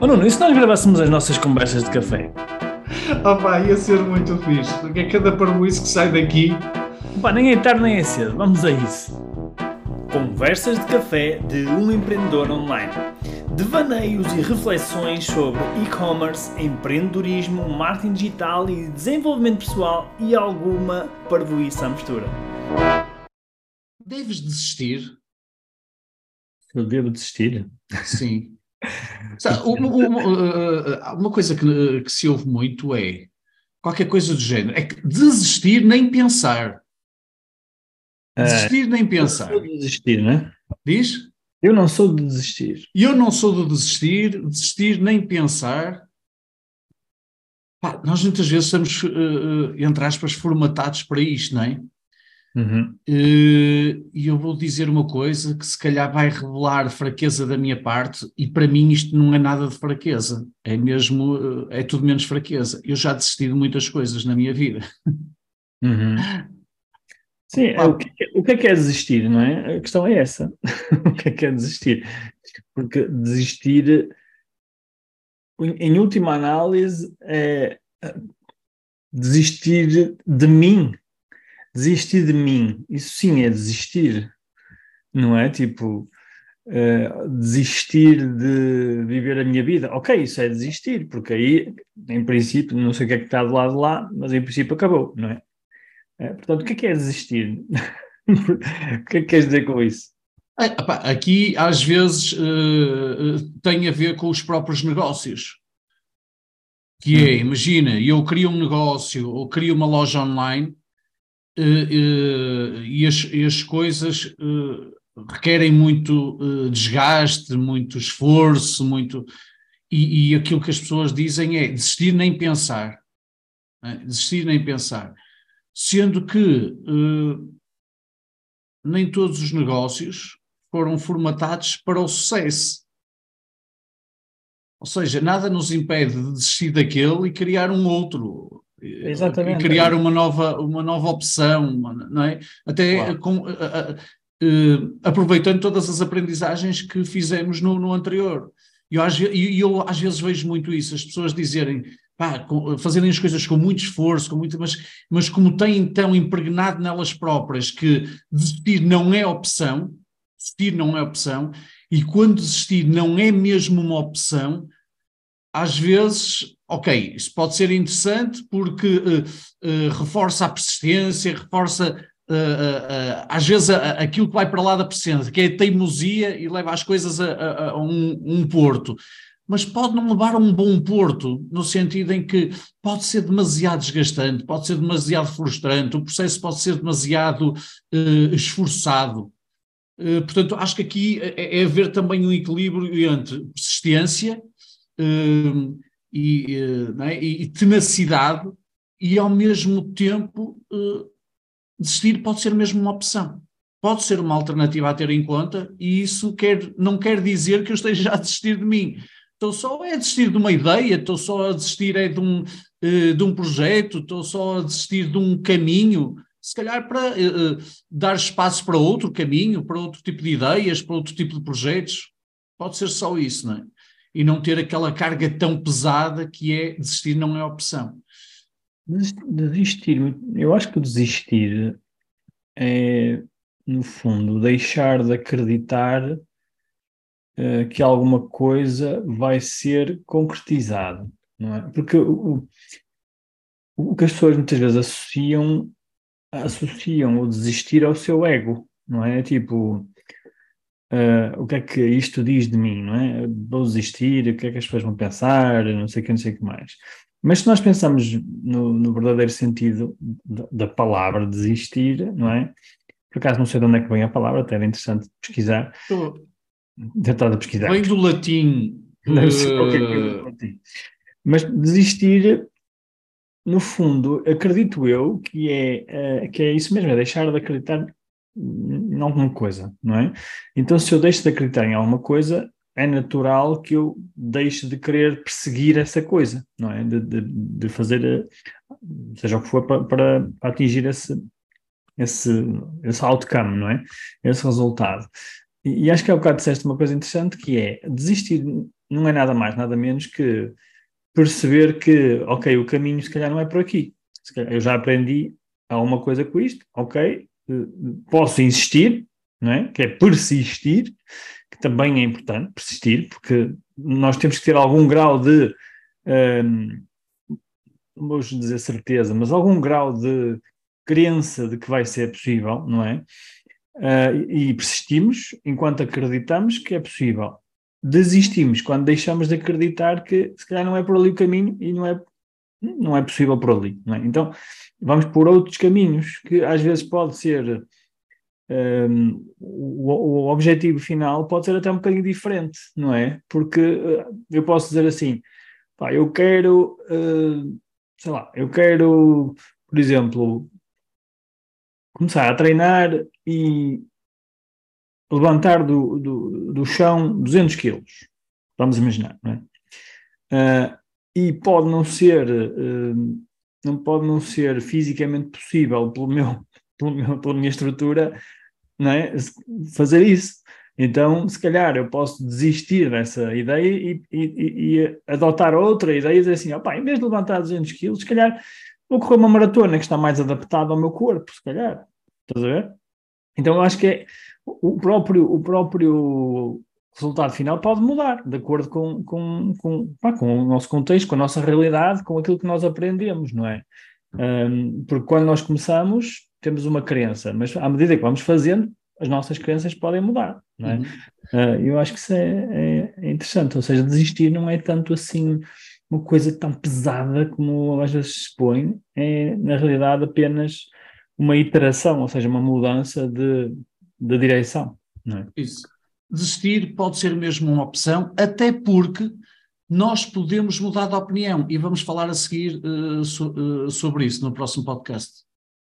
Oh Nuno, e se nós gravássemos as nossas conversas de café? Pá, ia ser muito fixe, porque é cada parboice que sai daqui. Pá, nem é tarde nem é cedo, vamos a isso. Conversas de café de um empreendedor online. Devaneios e reflexões sobre e-commerce, empreendedorismo, marketing digital e desenvolvimento pessoal e alguma parvoíce à mistura. Deves desistir? Eu devo desistir? Sim. Sabe, uma coisa que se ouve muito é qualquer coisa do género. É que desistir nem pensar. Desistir nem Eu não sou pensar. de desistir, não é? Diz? Eu não sou de desistir. E eu não sou de desistir, desistir nem pensar. Pá, nós muitas vezes estamos, entre aspas, formatados para isto, não é? Uhum. E eu vou dizer uma coisa que se calhar vai revelar fraqueza da minha parte, e para mim isto não é nada de fraqueza, é mesmo, é tudo menos fraqueza. Eu já desisti de muitas coisas na minha vida. Uhum. Sim, Pá, o que é desistir, não é? A questão é essa. O que é desistir? Porque desistir, em última análise, é desistir de mim. Desistir de mim. Isso sim é desistir, não é? Tipo, desistir de viver a minha vida. Ok, isso é desistir, porque aí, em princípio, não sei o que é que está do lado de lá, mas em princípio acabou, não é? Portanto, o que é desistir? O que é que queres dizer com isso? epá, aqui às vezes tem a ver com os próprios negócios, que é, Hum. imagina, eu crio um negócio ou crio uma loja online, e as coisas requerem muito desgaste, muito esforço, muito. E aquilo que as pessoas dizem é desistir nem pensar, né? Desistir nem pensar. Sendo que nem todos os negócios foram formatados para o sucesso. Ou seja, nada nos impede de desistir daquele e criar um outro, e Exatamente. criar uma nova opção, não é? Até Claro. com, aproveitando todas as aprendizagens que fizemos no anterior. Eu às vezes vejo muito isso, as pessoas dizerem, pá, fazerem as coisas com muito esforço, mas como têm tão impregnado nelas próprias que desistir não é opção, e quando desistir não é mesmo uma opção, às vezes, ok, isso pode ser interessante porque reforça a persistência, reforça às vezes aquilo que vai para lá da persistência, que é a teimosia e leva as coisas a um porto. Mas pode não levar a um bom porto, no sentido em que pode ser demasiado desgastante, pode ser demasiado frustrante, o processo pode ser demasiado esforçado. Portanto, acho que aqui é haver também um equilíbrio entre persistência não é? E tenacidade, e ao mesmo tempo desistir pode ser mesmo uma opção, pode ser uma alternativa a ter em conta, e isso não quer dizer que eu esteja a desistir de mim. Estou só a desistir de uma ideia, estou só a desistir de um projeto, estou só a desistir de um caminho, se calhar para dar espaço para outro caminho, para outro tipo de ideias, para outro tipo de projetos. Pode ser só isso, não é? E não ter aquela carga tão pesada que é desistir não é opção. Desistir, eu acho que o desistir é, no fundo, deixar de acreditar que alguma coisa vai ser concretizada, não é? Porque o que as pessoas muitas vezes associam o desistir ao seu ego, não é? Tipo, o que é que isto diz de mim, não é? Vou desistir, o que é que as pessoas vão pensar, não sei o que, não sei o que mais. Mas se nós pensamos no verdadeiro sentido da palavra desistir, não é? Por acaso não sei de onde é que vem a palavra, até era interessante pesquisar, Então, tentar de pesquisar, vem do latim. deve ser qualquer coisa para ti. Mas desistir, no fundo, acredito eu que é isso mesmo, é deixar de acreditar em alguma coisa, não é? Então, se eu deixo de acreditar em alguma coisa, é natural que eu deixe de querer perseguir essa coisa, não é? De fazer, seja o que for, para atingir esse, esse outcome, não é? Esse resultado. E acho que há bocado disseste uma coisa interessante, que é desistir não é nada mais, nada menos que perceber que, ok, o caminho se calhar não é por aqui. Se calhar, eu já aprendi alguma coisa com isto, ok, posso insistir, não é? Que é persistir, que também é importante, persistir, porque nós temos que ter algum grau de, não vou dizer certeza, mas algum grau de crença de que vai ser possível, não é? E persistimos enquanto acreditamos que é possível. Desistimos quando deixamos de acreditar que se calhar não é por ali o caminho e não é possível por ali, não é? Então vamos por outros caminhos que às vezes pode ser o objetivo final pode ser até um bocadinho diferente, não é? Porque eu posso dizer assim, pá, eu quero, sei lá, eu quero, por exemplo, começar a treinar e levantar do chão 200 quilos, vamos imaginar, não é? E pode não ser, não pode não ser fisicamente possível pela minha estrutura, não é? Fazer isso. Então, se calhar eu posso desistir dessa ideia e adotar outra ideia e dizer assim, opá, em vez de levantar 200 quilos, se calhar vou correr uma maratona que está mais adaptada ao meu corpo, se calhar. Estás a ver? Então eu acho que o próprio resultado final pode mudar de acordo com o nosso contexto, com a nossa realidade, com aquilo que nós aprendemos, não é? Porque quando nós começamos, temos uma crença, mas à medida que vamos fazendo, as nossas crenças podem mudar, não é? Eu acho que isso é interessante, ou seja, desistir não é tanto assim uma coisa tão pesada como às vezes se expõe, é na realidade apenas uma iteração, ou seja, uma mudança de direção, não é? Isso. Desistir pode ser mesmo uma opção, até porque nós podemos mudar de opinião e vamos falar a seguir sobre isso no próximo podcast.